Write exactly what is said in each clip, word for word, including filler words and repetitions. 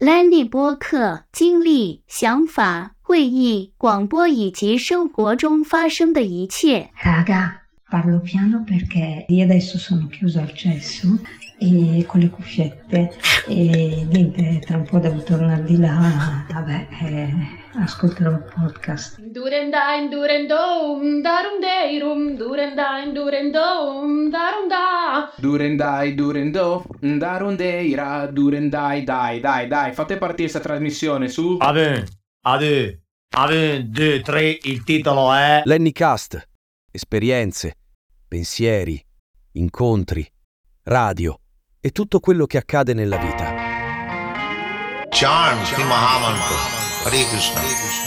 兰利播客经历、想法、会议、广播以及生活中发生的一切。 Raga, parlo piano perché io adesso sono chiuso al cesso e con le cuffiette e niente, tra un po' devo tornare di là, vabbè, eh, ascolterò il podcast. Durendain durendom darundeirum durendain durendom darunda Durendai durendo darundeira durendai dai dai dai fate partire questa trasmissione su. Ave, ade, ave, due, tre, il titolo è Lennycast, esperienze, pensieri, incontri, radio e tutto quello che accade nella vita. Charms di Mahaman, Hare Krishna.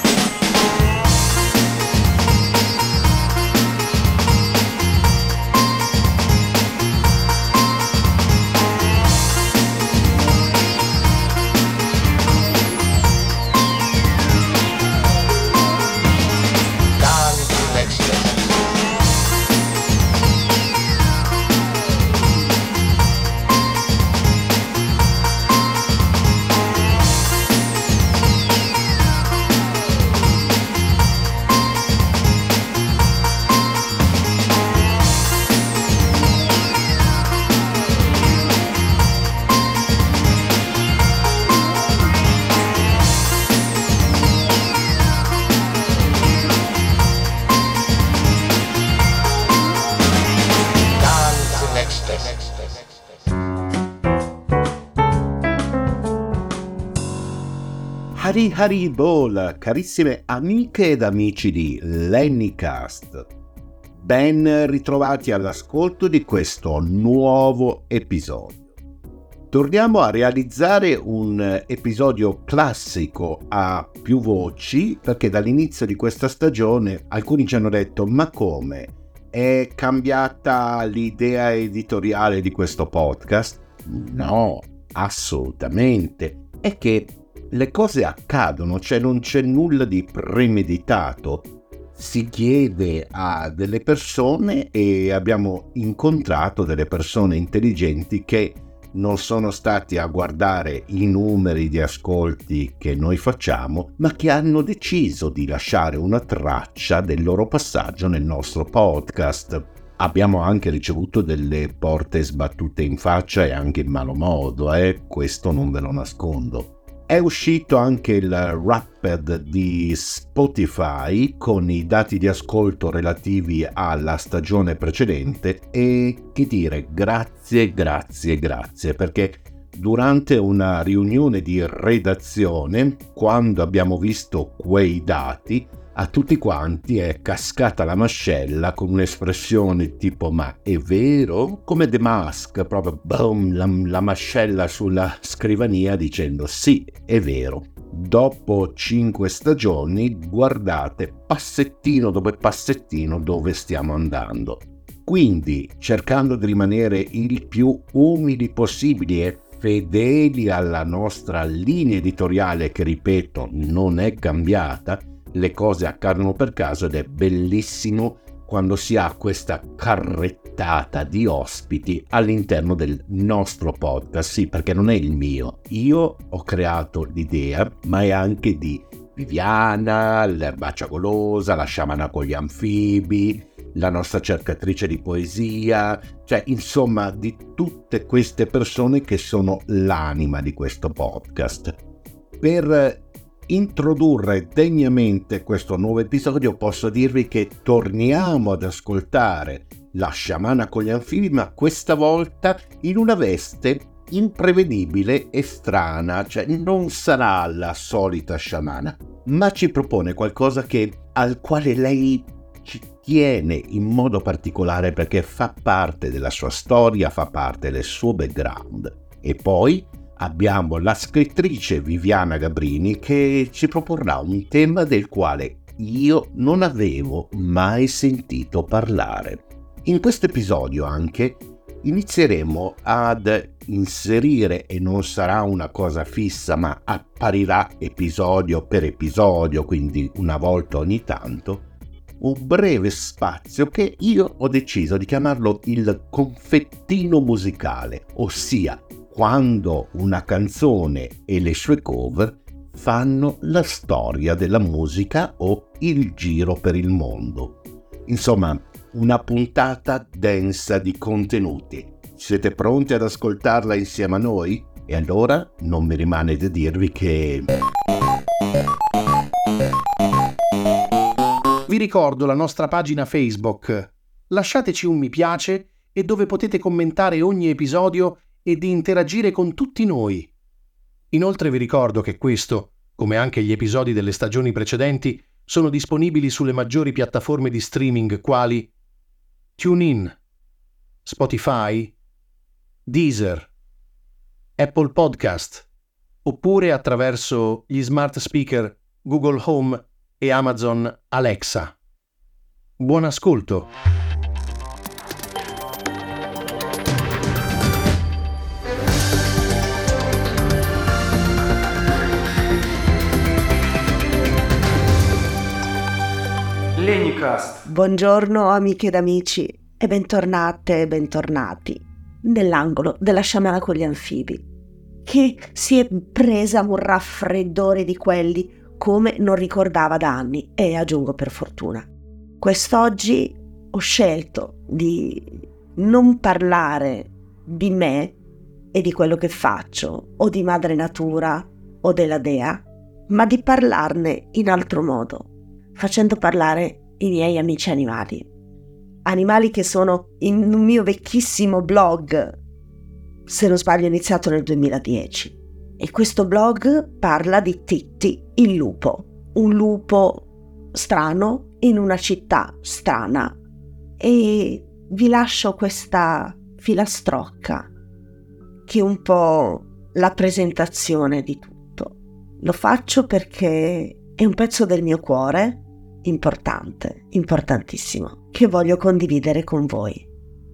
Hari Hari Bol, carissime amiche ed amici di Lennycast. Ben ritrovati all'ascolto di questo nuovo episodio. Torniamo a realizzare un episodio classico a più voci, perché dall'inizio di questa stagione alcuni ci hanno detto: ma come? È cambiata l'idea editoriale di questo podcast? No, assolutamente. È che le cose accadono, cioè non c'è nulla di premeditato. Si chiede a delle persone e abbiamo incontrato delle persone intelligenti che non sono stati a guardare i numeri di ascolti che noi facciamo, ma che hanno deciso di lasciare una traccia del loro passaggio nel nostro podcast. Abbiamo anche ricevuto delle porte sbattute in faccia e anche in malo modo, eh? Questo non ve lo nascondo. È uscito anche il Wrapped di Spotify con i dati di ascolto relativi alla stagione precedente e che dire, grazie, grazie, grazie, perché durante una riunione di redazione, quando abbiamo visto quei dati, a tutti quanti è cascata la mascella con un'espressione tipo "ma è vero?" Come The Mask, proprio boom, la, la mascella sulla scrivania dicendo "sì, è vero". Dopo cinque stagioni, guardate passettino dopo passettino dove stiamo andando. Quindi, cercando di rimanere il più umili possibili e fedeli alla nostra linea editoriale, che ripeto non è cambiata, le cose accadono per caso ed è bellissimo quando si ha questa carrettata di ospiti all'interno del nostro podcast. Sì, perché non è il mio. Io ho creato l'idea, ma è anche di Viviana, l'erbaccia golosa, la sciamana con gli anfibi, la nostra cercatrice di poesia, cioè insomma di tutte queste persone che sono l'anima di questo podcast. Per introdurre degnamente questo nuovo episodio posso dirvi che torniamo ad ascoltare la sciamana con gli anfibi, ma questa volta in una veste imprevedibile e strana, cioè non sarà la solita sciamana, ma ci propone qualcosa che, al quale lei ci tiene in modo particolare perché fa parte della sua storia, fa parte del suo background. E poi abbiamo la scrittrice Viviana Gabrini che ci proporrà un tema del quale io non avevo mai sentito parlare. In questo episodio anche inizieremo ad inserire, e non sarà una cosa fissa ma apparirà episodio per episodio, quindi una volta ogni tanto, un breve spazio che io ho deciso di chiamarlo il confettino musicale, ossia quando una canzone e le sue cover fanno la storia della musica o il giro per il mondo. Insomma, una puntata densa di contenuti. Siete pronti ad ascoltarla insieme a noi? E allora non mi rimane da dirvi che... Vi ricordo la nostra pagina Facebook. Lasciateci un mi piace e dove potete commentare ogni episodio e di interagire con tutti noi. Inoltre vi ricordo che questo, come anche gli episodi delle stagioni precedenti, sono disponibili sulle maggiori piattaforme di streaming quali TuneIn, Spotify, Deezer, Apple Podcast, oppure attraverso gli smart speaker Google Home e Amazon Alexa. Buon ascolto! Lennycast. Buongiorno amiche ed amici e bentornate e bentornati nell'angolo della sciamana con gli anfibi, che si è presa un raffreddore di quelli come non ricordava da anni, e aggiungo per fortuna. Quest'oggi ho scelto di non parlare di me e di quello che faccio, o di madre natura o della dea, ma di parlarne in altro modo, facendo parlare i miei amici animali. Animali che sono in un mio vecchissimo blog, se non sbaglio iniziato nel duemiladieci. E questo blog parla di Titti, il lupo. Un lupo strano in una città strana. E vi lascio questa filastrocca che è un po' la presentazione di tutto. Lo faccio perché è un pezzo del mio cuore importante, importantissimo, che voglio condividere con voi.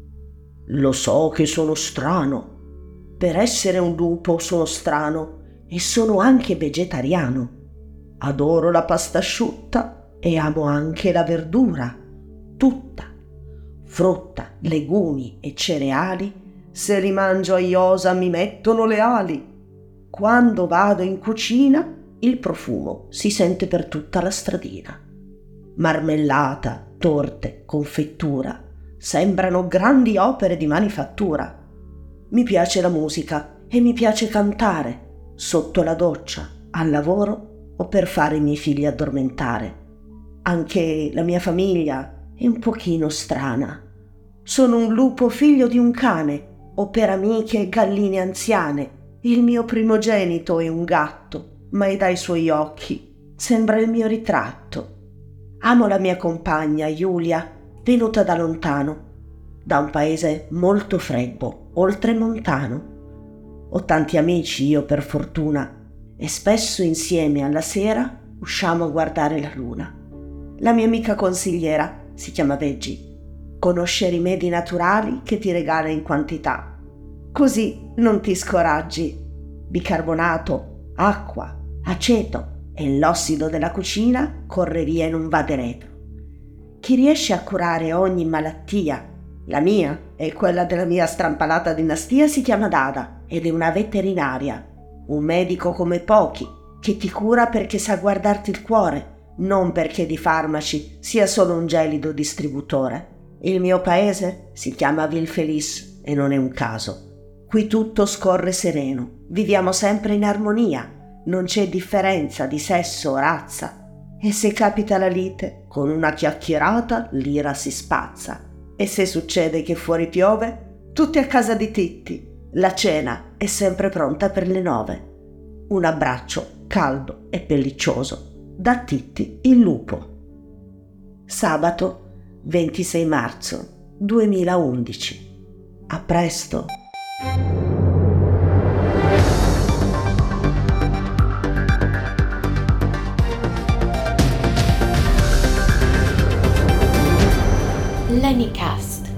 Lo so che sono strano. Per essere un lupo sono strano e sono anche vegetariano. Adoro la pasta asciutta e amo anche la verdura, tutta. Frutta, legumi e cereali, se li mangio a iosa mi mettono le ali. Quando vado in cucina, il profumo si sente per tutta la stradina. Marmellata, torte, confettura, sembrano grandi opere di manifattura. Mi piace la musica e mi piace cantare, sotto la doccia, al lavoro o per fare i miei figli addormentare. Anche la mia famiglia è un pochino strana. Sono un lupo figlio di un cane, o per amiche galline anziane. Il mio primogenito è un gatto, ma è dai suoi occhi sembra il mio ritratto. Amo la mia compagna Giulia, venuta da lontano, da un paese molto freddo, oltremontano. Ho tanti amici io per fortuna, e spesso insieme alla sera usciamo a guardare la luna. La mia amica consigliera si chiama Veggie, conosce rimedi naturali che ti regala in quantità, così non ti scoraggi. Bicarbonato, acqua, aceto e l'ossido della cucina corre via e non va diretto. Chi riesce a curare ogni malattia, la mia e quella della mia strampalata dinastia, si chiama Dada ed è una veterinaria, un medico come pochi, che ti cura perché sa guardarti il cuore, non perché di farmaci sia solo un gelido distributore. Il mio paese si chiama Vilfelice e non è un caso. Qui tutto scorre sereno, viviamo sempre in armonia, non c'è differenza di sesso o razza. E se capita la lite, con una chiacchierata l'ira si spazza. E se succede che fuori piove, tutti a casa di Titti. La cena è sempre pronta per le nove. Un abbraccio caldo e pelliccioso da Titti il lupo. Sabato ventisei marzo duemilaundici. A presto! Lennycast.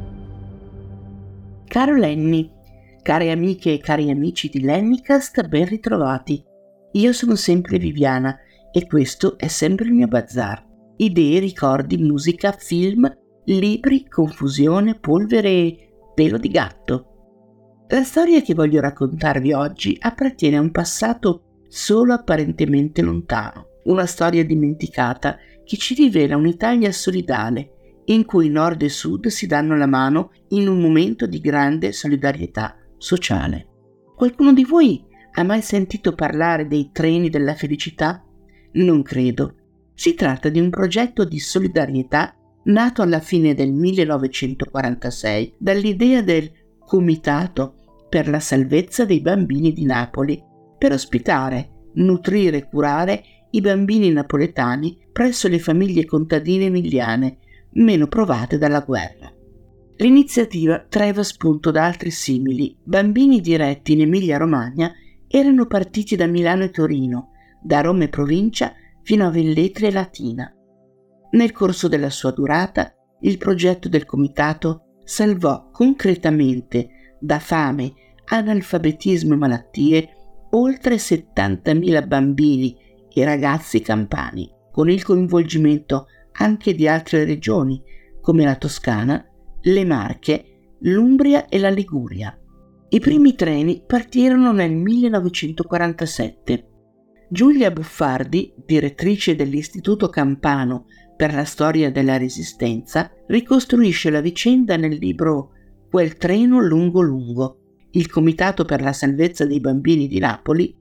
Caro Lenny, care amiche e cari amici di Lennycast, ben ritrovati. Io sono sempre Viviana e questo è sempre il mio bazar. Idee, ricordi, musica, film, libri, confusione, polvere e pelo di gatto. La storia che voglio raccontarvi oggi appartiene a un passato solo apparentemente lontano, una storia dimenticata che ci rivela un'Italia solidale, in cui Nord e Sud si danno la mano in un momento di grande solidarietà sociale. Qualcuno di voi ha mai sentito parlare dei treni della felicità? Non credo. Si tratta di un progetto di solidarietà nato alla fine del millenovecentoquarantasei dall'idea del Comitato per la salvezza dei bambini di Napoli, per ospitare, nutrire e curare i bambini napoletani presso le famiglie contadine emiliane meno provate dalla guerra. L'iniziativa traeva spunto da altri simili. Bambini diretti in Emilia-Romagna erano partiti da Milano e Torino, da Roma e provincia fino a Velletri e Latina. Nel corso della sua durata, il progetto del comitato salvò concretamente da fame, analfabetismo e malattie oltre settantamila bambini e ragazzi campani, con il coinvolgimento anche di altre regioni come la Toscana, le Marche, l'Umbria e la Liguria. I primi treni partirono nel millenovecentoquarantasette. Giulia Buffardi, direttrice dell'Istituto Campano per la storia della Resistenza, ricostruisce la vicenda nel libro Quel treno lungo lungo, il Comitato per la salvezza dei bambini di Napoli,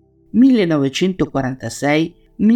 millenovecentoquarantasei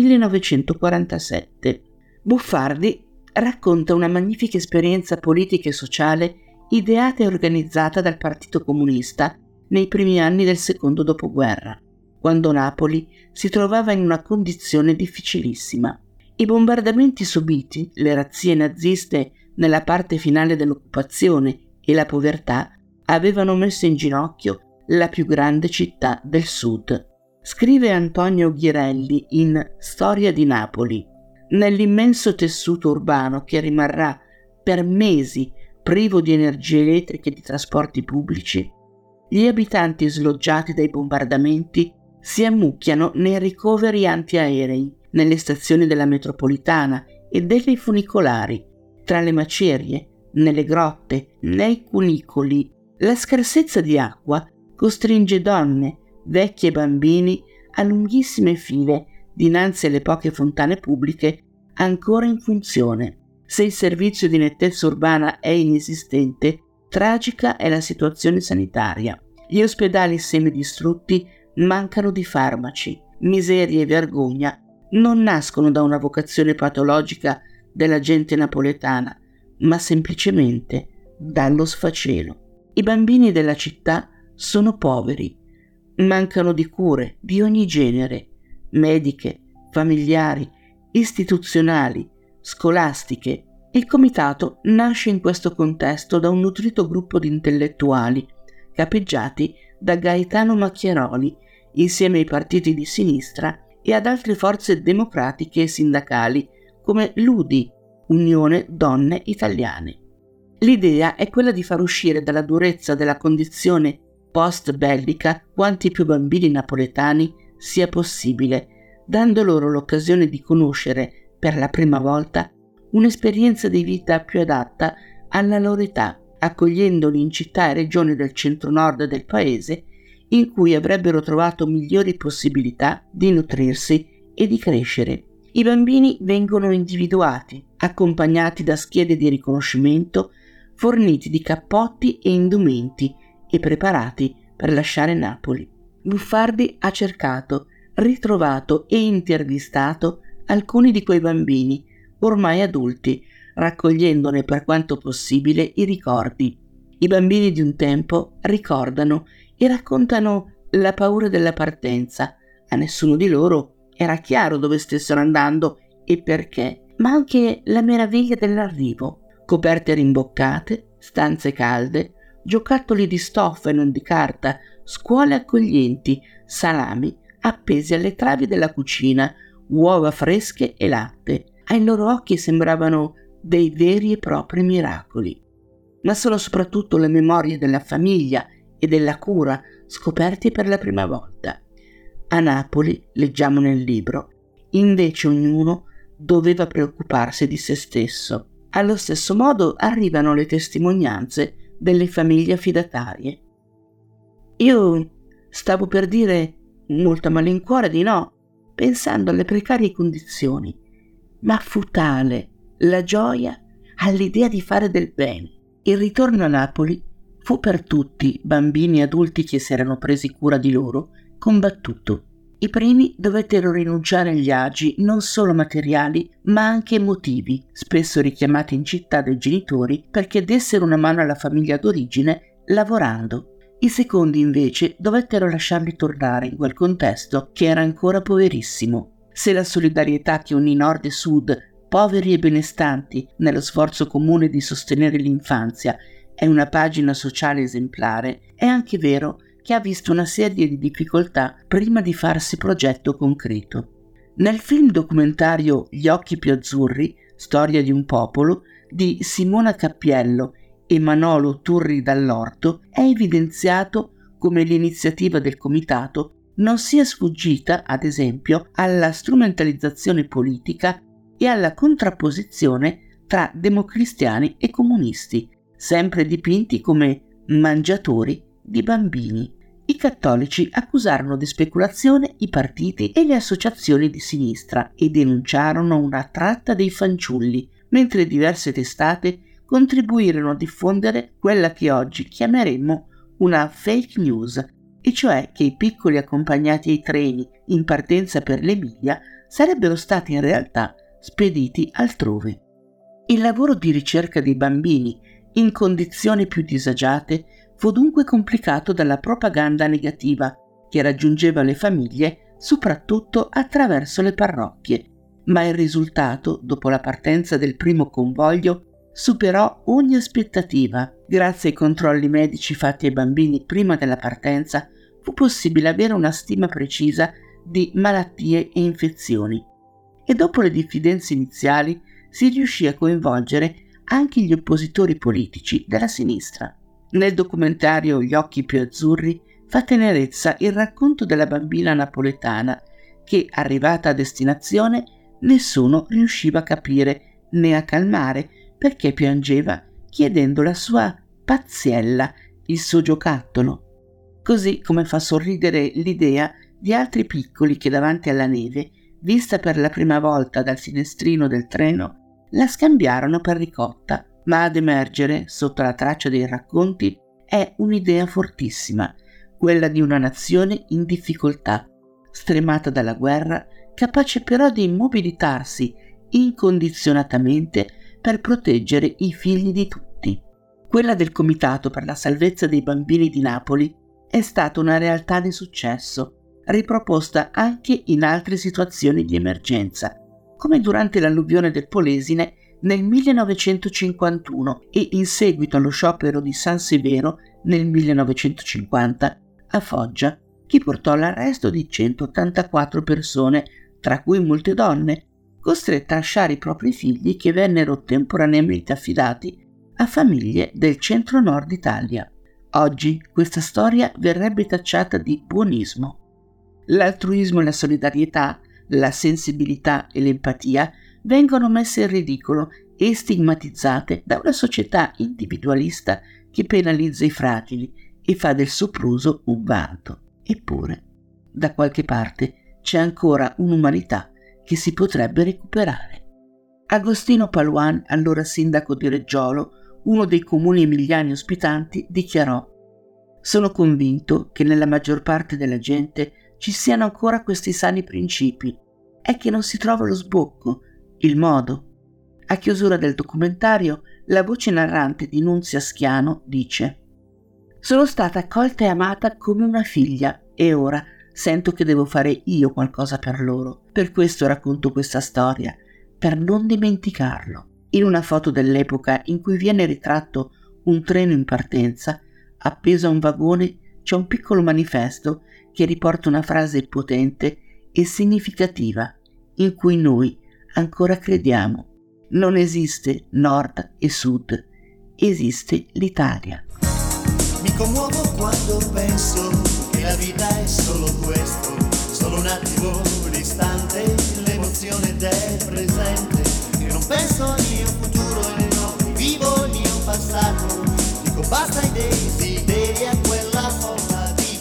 millenovecentoquarantasette. Buffardi racconta una magnifica esperienza politica e sociale ideata e organizzata dal Partito Comunista nei primi anni del secondo dopoguerra, quando Napoli si trovava in una condizione difficilissima. I bombardamenti subiti, le razzie naziste nella parte finale dell'occupazione e la povertà avevano messo in ginocchio la più grande città del sud. Scrive Antonio Ghirelli in Storia di Napoli: nell'immenso tessuto urbano che rimarrà per mesi privo di energie elettriche e di trasporti pubblici, gli abitanti sloggiati dai bombardamenti si ammucchiano nei ricoveri antiaerei, nelle stazioni della metropolitana e delle funicolari, tra le macerie, nelle grotte, nei cunicoli. La scarsezza di acqua costringe donne, vecchi e bambini a lunghissime file dinanzi alle poche fontane pubbliche ancora in funzione. Se il servizio di nettezza urbana è inesistente, tragica è la situazione sanitaria. Gli ospedali semidistrutti mancano di farmaci. Miseria e vergogna non nascono da una vocazione patologica della gente napoletana, ma semplicemente dallo sfacelo. I bambini della città sono poveri, mancano di cure di ogni genere, mediche, familiari, istituzionali, scolastiche. Il comitato nasce in questo contesto da un nutrito gruppo di intellettuali, capeggiati da Gaetano Macchiaroli, insieme ai partiti di sinistra e ad altre forze democratiche e sindacali come l'U D I, Unione Donne Italiane. L'idea è quella di far uscire dalla durezza della condizione post-bellica quanti più bambini napoletani sia possibile, dando loro l'occasione di conoscere per la prima volta un'esperienza di vita più adatta alla loro età, accogliendoli in città e regioni del centro-nord del paese in cui avrebbero trovato migliori possibilità di nutrirsi e di crescere. I bambini vengono individuati, accompagnati da schede di riconoscimento, forniti di cappotti e indumenti e preparati per lasciare Napoli. Buffardi ha cercato, ritrovato e intervistato alcuni di quei bambini, ormai adulti, raccogliendone per quanto possibile i ricordi. I bambini di un tempo ricordano e raccontano la paura della partenza. A nessuno di loro era chiaro dove stessero andando e perché, ma anche la meraviglia dell'arrivo. Coperte rimboccate, stanze calde, giocattoli di stoffa e non di carta, scuole accoglienti, salami appesi alle travi della cucina, uova fresche e latte. Ai loro occhi sembravano dei veri e propri miracoli. Ma sono soprattutto le memorie della famiglia e della cura scoperti per la prima volta. A Napoli, leggiamo nel libro, invece ognuno doveva preoccuparsi di se stesso. Allo stesso modo arrivano le testimonianze delle famiglie affidatarie. Io stavo per dire, molto a malincuore, di no, pensando alle precarie condizioni, ma fu tale la gioia all'idea di fare del bene. Il ritorno a Napoli fu per tutti, bambini e adulti che si erano presi cura di loro, combattuto. I primi dovettero rinunciare agli agi non solo materiali, ma anche emotivi, spesso richiamati in città dai genitori perché dessero una mano alla famiglia d'origine lavorando. I secondi invece dovettero lasciarli tornare in quel contesto che era ancora poverissimo. Se la solidarietà che unì nord e sud, poveri e benestanti, nello sforzo comune di sostenere l'infanzia, è una pagina sociale esemplare, è anche vero che ha visto una serie di difficoltà prima di farsi progetto concreto. Nel film documentario Gli occhi più azzurri, storia di un popolo, di Simona Cappiello e Manolo Turri Dall'Orto, è evidenziato come l'iniziativa del comitato non sia sfuggita, ad esempio, alla strumentalizzazione politica e alla contrapposizione tra democristiani e comunisti, sempre dipinti come mangiatori di bambini. I cattolici accusarono di speculazione i partiti e le associazioni di sinistra e denunciarono una tratta dei fanciulli, mentre diverse testate contribuirono a diffondere quella che oggi chiameremmo una fake news, e cioè che i piccoli accompagnati ai treni in partenza per l'Emilia sarebbero stati in realtà spediti altrove. Il lavoro di ricerca dei bambini in condizioni più disagiate fu dunque complicato dalla propaganda negativa che raggiungeva le famiglie soprattutto attraverso le parrocchie, ma il risultato, dopo la partenza del primo convoglio, superò ogni aspettativa. Grazie ai controlli medici fatti ai bambini prima della partenza, fu possibile avere una stima precisa di malattie e infezioni. E dopo le diffidenze iniziali si riuscì a coinvolgere anche gli oppositori politici della sinistra. Nel documentario Gli occhi più azzurri fa tenerezza il racconto della bambina napoletana che, arrivata a destinazione, nessuno riusciva a capire né a calmare perché piangeva chiedendo la sua pazziella, il suo giocattolo. Così come fa sorridere l'idea di altri piccoli che davanti alla neve, vista per la prima volta dal finestrino del treno, la scambiarono per ricotta, ma ad emergere, sotto la traccia dei racconti, è un'idea fortissima, quella di una nazione in difficoltà, stremata dalla guerra, capace però di mobilitarsi incondizionatamente per proteggere i figli di tutti. Quella del Comitato per la salvezza dei bambini di Napoli è stata una realtà di successo, riproposta anche in altre situazioni di emergenza, come durante l'alluvione del Polesine nel millenovecentocinquantuno e in seguito allo sciopero di San Severo nel millenovecentocinquanta a Foggia, che portò all'arresto di centottantaquattro persone, tra cui molte donne, costrette a lasciare i propri figli che vennero temporaneamente affidati a famiglie del centro-nord Italia. Oggi questa storia verrebbe tacciata di buonismo. L'altruismo e la solidarietà, la sensibilità e l'empatia vengono messe in ridicolo e stigmatizzate da una società individualista che penalizza i fragili e fa del sopruso un vanto. Eppure, da qualche parte c'è ancora un'umanità che si potrebbe recuperare. Agostino Paluan, allora sindaco di Reggiolo, uno dei comuni emiliani ospitanti, dichiarò: «Sono convinto che nella maggior parte della gente ci siano ancora questi sani principi. È che non si trova lo sbocco, il modo». A chiusura del documentario, la voce narrante di Nunzia Schiano dice: «Sono stata accolta e amata come una figlia e ora sento che devo fare io qualcosa per loro. Per questo racconto questa storia, per non dimenticarlo». In una foto dell'epoca in cui viene ritratto un treno in partenza, appeso a un vagone c'è un piccolo manifesto che riporta una frase potente e significativa in cui noi ancora crediamo. Non esiste nord e sud, esiste l'Italia. Mi commuovo quando penso che la vita è solo questo, solo un attimo, un istante, l'emozione del presente. Io non penso al mio futuro e non vivo il mio passato, dico basta ai desideri, a quella forma di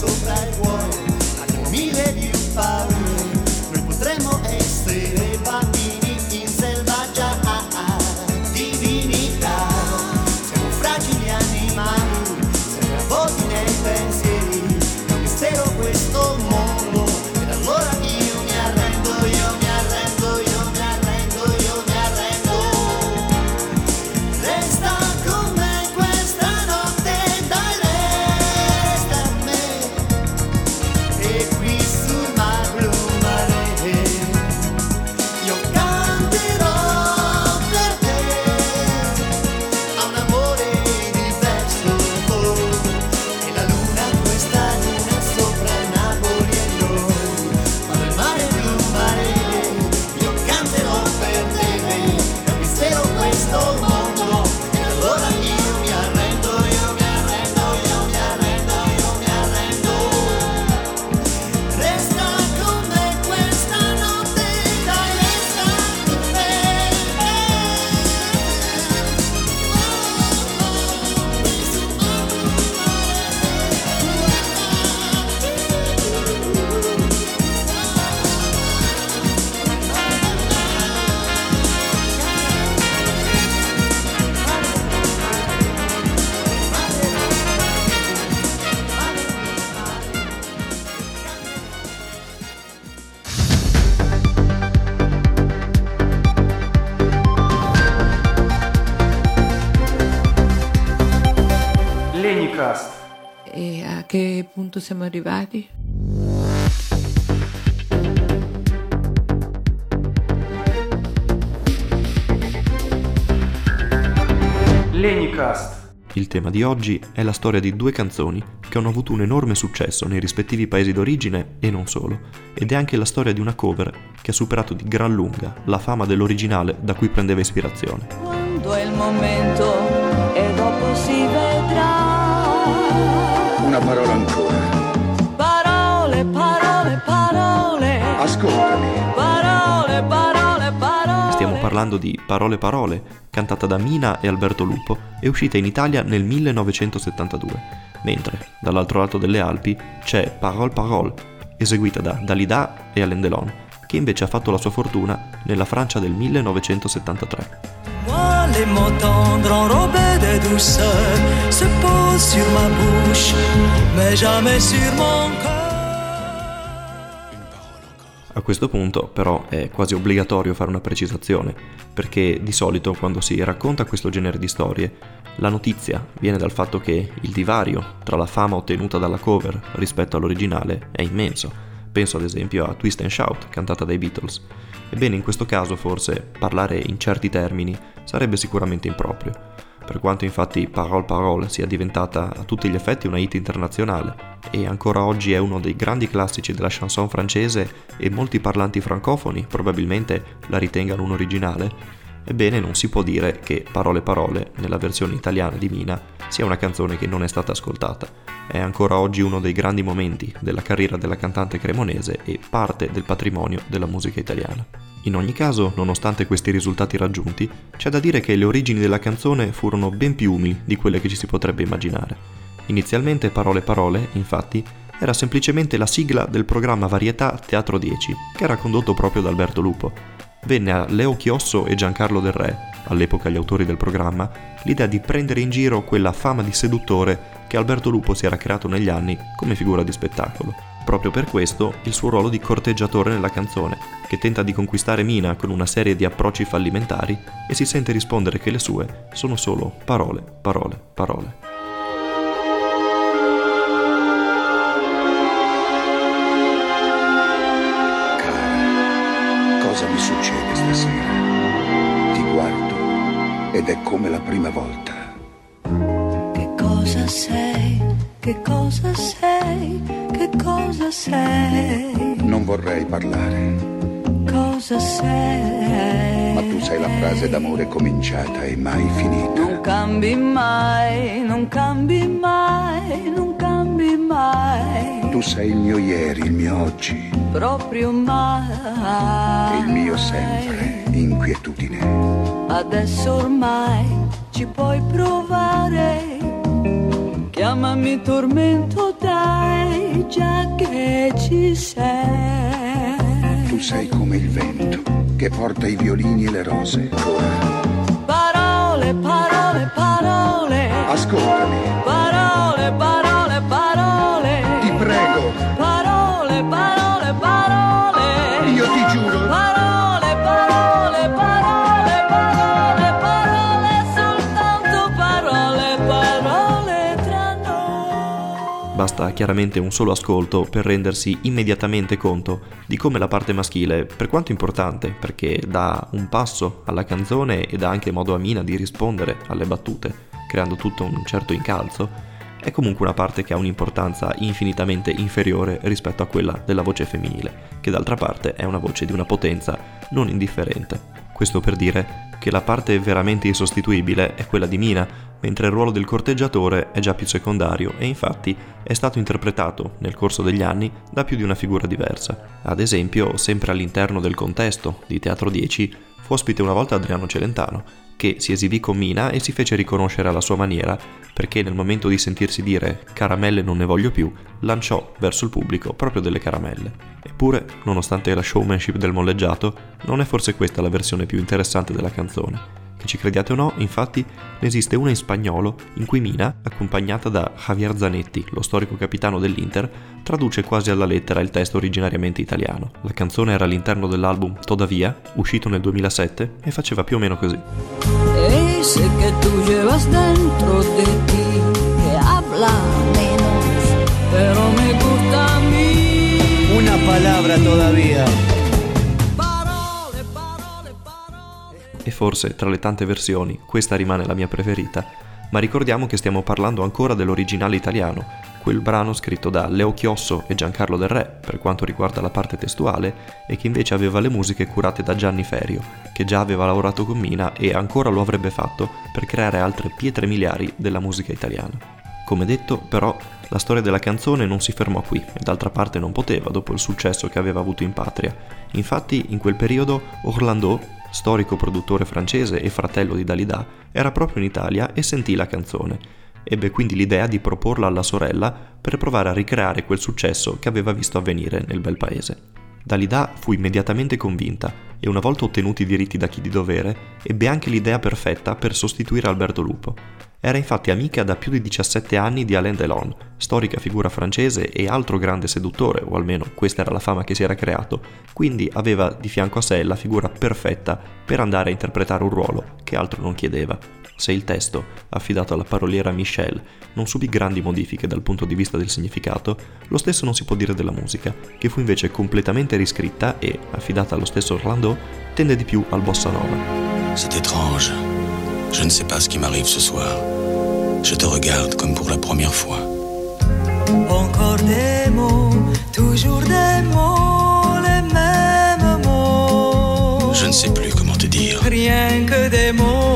sopra il cuore, abbiamo mille di paure, noi potremmo essere bambini in selvaggia divinità, siamo fragili animali, sempre avvolti nei pensieri, è un mistero questo mondo, ed allora io mi arrendo, io mi arrendo, io mi arrendo, io mi arrendo. Resta con me questa notte, dai, resta con me, e qui sul mar blu mare io canterò per te a un amore diverso, e la luna, questa luna sopra Napoli e noi, ma nel mare blu mare io canterò per te, è un mistero questo mondo, e allora io mi arrendo, io mi arrendo, io mi arrendo, io mi arrendo. Resta con me questa notte, dai, resta con me. Legnicast. E a che punto siamo arrivati? Legnicast. Il tema di oggi è la storia di due canzoni che hanno avuto un enorme successo nei rispettivi paesi d'origine e non solo, ed è anche la storia di una cover che ha superato di gran lunga la fama dell'originale da cui prendeva ispirazione. Quando è il momento e dopo si vedrà. Una parola ancora. Parole, parole, parole. Ascoltami. Parole, parole, parole. Stiamo parlando di Parole Parole, cantata da Mina e Alberto Lupo e uscita in Italia nel millenovecentosettantadue, mentre dall'altro lato delle Alpi c'è Parole Parole, eseguita da Dalida e Alain Delon, che invece ha fatto la sua fortuna nella Francia del millenovecentosettantatré. Moi, les mots tendres enrobés de douceur se posent sur ma bouche, mais jamais sur mon cœur. A questo punto, però, è quasi obbligatorio fare una precisazione, perché di solito quando si racconta questo genere di storie, la notizia viene dal fatto che il divario tra la fama ottenuta dalla cover rispetto all'originale è immenso. Penso ad esempio a Twist and Shout, cantata dai Beatles. Ebbene, in questo caso forse parlare in certi termini sarebbe sicuramente improprio, per quanto infatti Parole Parole sia diventata a tutti gli effetti una hit internazionale e ancora oggi è uno dei grandi classici della chanson francese e molti parlanti francofoni probabilmente la ritengano un originale. Ebbene, non si può dire che Parole Parole, nella versione italiana di Mina, sia una canzone che non è stata ascoltata. È ancora oggi uno dei grandi momenti della carriera della cantante cremonese e parte del patrimonio della musica italiana. In ogni caso, nonostante questi risultati raggiunti, c'è da dire che le origini della canzone furono ben più umili di quelle che ci si potrebbe immaginare. Inizialmente Parole Parole, infatti, era semplicemente la sigla del programma varietà Teatro dieci, che era condotto proprio da Alberto Lupo. Venne a Leo Chiosso e Giancarlo Del Re, all'epoca gli autori del programma, l'idea di prendere in giro quella fama di seduttore che Alberto Lupo si era creato negli anni come figura di spettacolo. Proprio per questo il suo ruolo di corteggiatore nella canzone, che tenta di conquistare Mina con una serie di approcci fallimentari e si sente rispondere che le sue sono solo parole, parole, parole. Cosa mi succede stasera? Ti guardo ed è come la prima volta. Che cosa sei? Che cosa sei? Che cosa sei? Non vorrei parlare. Cosa sei? Ma tu sei la frase d'amore cominciata e mai finita. Non cambi mai, non cambi mai, non cambi mai. Tu sei il mio ieri, il mio oggi. Proprio mai. Il mio sempre, inquietudine. Adesso ormai ci puoi provare. Chiamami tormento, dai. sai già che ci sei. Tu sei come il vento che porta i violini e le rose. Parole, parole, parole. Ascoltami. Parole, parole, parole. Ti prego. Parole, parole, parole. Io ti giuro. Parole, parole, parole, parole, parole, soltanto parole, parole tra noi. Basta chiaramente un solo ascolto per rendersi immediatamente conto di come la parte maschile, per quanto importante, perché dà un passo alla canzone e dà anche modo a Mina di rispondere alle battute, creando tutto un certo incalzo, è comunque una parte che ha un'importanza infinitamente inferiore rispetto a quella della voce femminile, che d'altra parte è una voce di una potenza non indifferente. Questo per dire che la parte veramente insostituibile è quella di Mina, mentre il ruolo del corteggiatore è già più secondario e infatti è stato interpretato nel corso degli anni da più di una figura diversa. Ad esempio, sempre all'interno del contesto di Teatro dieci, fu ospite una volta Adriano Celentano, che si esibì con Mina e si fece riconoscere alla sua maniera, perché nel momento di sentirsi dire «caramelle non ne voglio più», lanciò verso il pubblico proprio delle caramelle. Eppure, nonostante la showmanship del molleggiato, non è forse questa la versione più interessante della canzone. Che ci crediate o no, infatti, ne esiste una in spagnolo in cui Mina, accompagnata da Javier Zanetti, lo storico capitano dell'Inter, traduce quasi alla lettera il testo originariamente italiano. La canzone era all'interno dell'album Todavía, uscito nel duemilasette, e faceva più o meno così. Ese que tú llevas dentro de ti, que habla menos, pero me gusta a mí. Una palabra todavía. E forse, tra le tante versioni, questa rimane la mia preferita, ma ricordiamo che stiamo parlando ancora dell'originale italiano, quel brano scritto da Leo Chiosso e Giancarlo Del Re per quanto riguarda la parte testuale e che invece aveva le musiche curate da Gianni Ferio, che già aveva lavorato con Mina e ancora lo avrebbe fatto per creare altre pietre miliari della musica italiana. Come detto, però, la storia della canzone non si fermò qui e d'altra parte non poteva dopo il successo che aveva avuto in patria. Infatti, in quel periodo, Orlando, storico produttore francese e fratello di Dalida, era proprio in Italia e sentì la canzone. Ebbe quindi l'idea di proporla alla sorella per provare a ricreare quel successo che aveva visto avvenire nel bel paese. Dalida fu immediatamente convinta e una volta ottenuti i diritti da chi di dovere, ebbe anche l'idea perfetta per sostituire Alberto Lupo. Era infatti amica da più di diciassette anni di Alain Delon, storica figura francese e altro grande seduttore, o almeno questa era la fama che si era creato, quindi aveva di fianco a sé la figura perfetta per andare a interpretare un ruolo che altro non chiedeva. Se il testo, affidato alla paroliera Michel, non subì grandi modifiche dal punto di vista del significato, lo stesso non si può dire della musica, che fu invece completamente riscritta e, affidata allo stesso Orlando, tende di più al bossa nova. C'est étrange. Je ne sais pas ce qui m'arrive ce soir. Je te regarde comme pour la première fois. Encore des mots, toujours des mots, les mêmes mots. Je ne sais plus comment te dire. Rien que des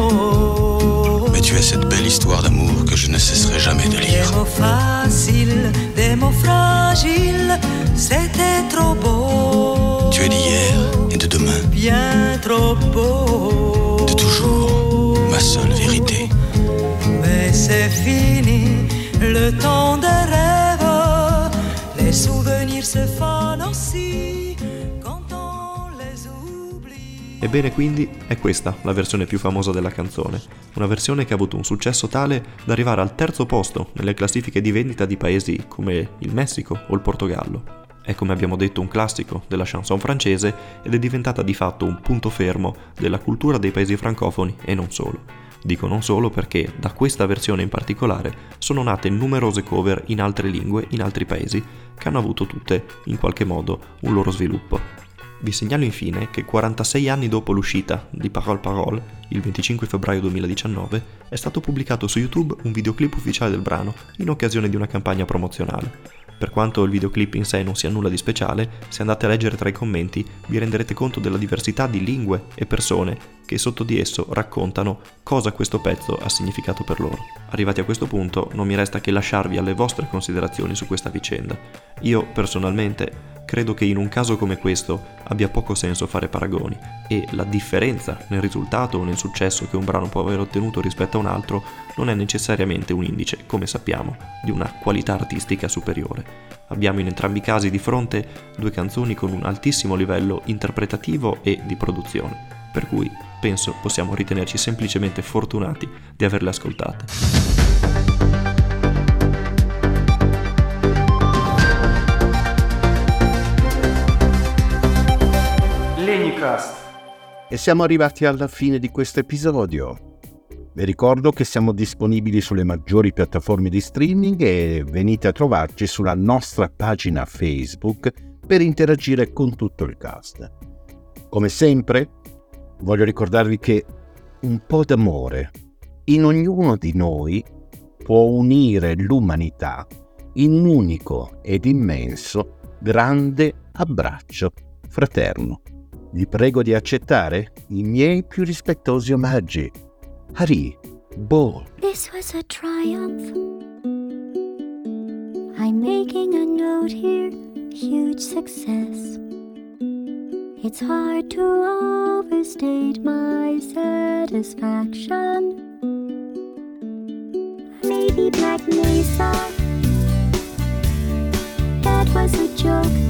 mots. Mais tu as cette belle histoire d'amour que je ne cesserai jamais de lire. Des mots faciles, des mots fragiles, c'était trop beau. Tu es d'hier et de demain. Bien trop beau. De toujours, ma seule vérité. Mais c'est fini, le temps des rêves, les souvenirs se fanno aussi quand on les oublie. Ebbene, quindi è questa la versione più famosa della canzone, una versione che ha avuto un successo tale da arrivare al terzo posto nelle classifiche di vendita di paesi come il Messico o il Portogallo. È, come abbiamo detto, un classico della chanson francese ed è diventata di fatto un punto fermo della cultura dei paesi francofoni e non solo. Dico non solo perché da questa versione in particolare sono nate numerose cover in altre lingue, in altri paesi, che hanno avuto tutte, in qualche modo, un loro sviluppo. Vi segnalo infine che quarantasei anni dopo l'uscita di Parole Parole, il venticinque febbraio duemiladiciannove, è stato pubblicato su YouTube un videoclip ufficiale del brano in occasione di una campagna promozionale. Per quanto il videoclip in sé non sia nulla di speciale, se andate a leggere tra i commenti vi renderete conto della diversità di lingue e persone che sotto di esso raccontano cosa questo pezzo ha significato per loro. Arrivati a questo punto non mi resta che lasciarvi alle vostre considerazioni su questa vicenda. Io, personalmente, credo che in un caso come questo abbia poco senso fare paragoni e la differenza nel risultato o nel successo che un brano può aver ottenuto rispetto a un altro non è necessariamente un indice, come sappiamo, di una qualità artistica superiore. Abbiamo in entrambi i casi di fronte due canzoni con un altissimo livello interpretativo e di produzione, per cui penso possiamo ritenerci semplicemente fortunati di averle ascoltate. Legnicast. E siamo arrivati alla fine di questo episodio. Vi ricordo che siamo disponibili sulle maggiori piattaforme di streaming e venite a trovarci sulla nostra pagina Facebook per interagire con tutto il cast. Come sempre, voglio ricordarvi che un po' d'amore in ognuno di noi può unire l'umanità in un unico ed immenso grande abbraccio fraterno. Vi prego di accettare i miei più rispettosi omaggi. Hari Bol. This was a triumph. I'm making a note here, huge success. It's hard to overstate my satisfaction. Maybe Black Mesa, that was a joke.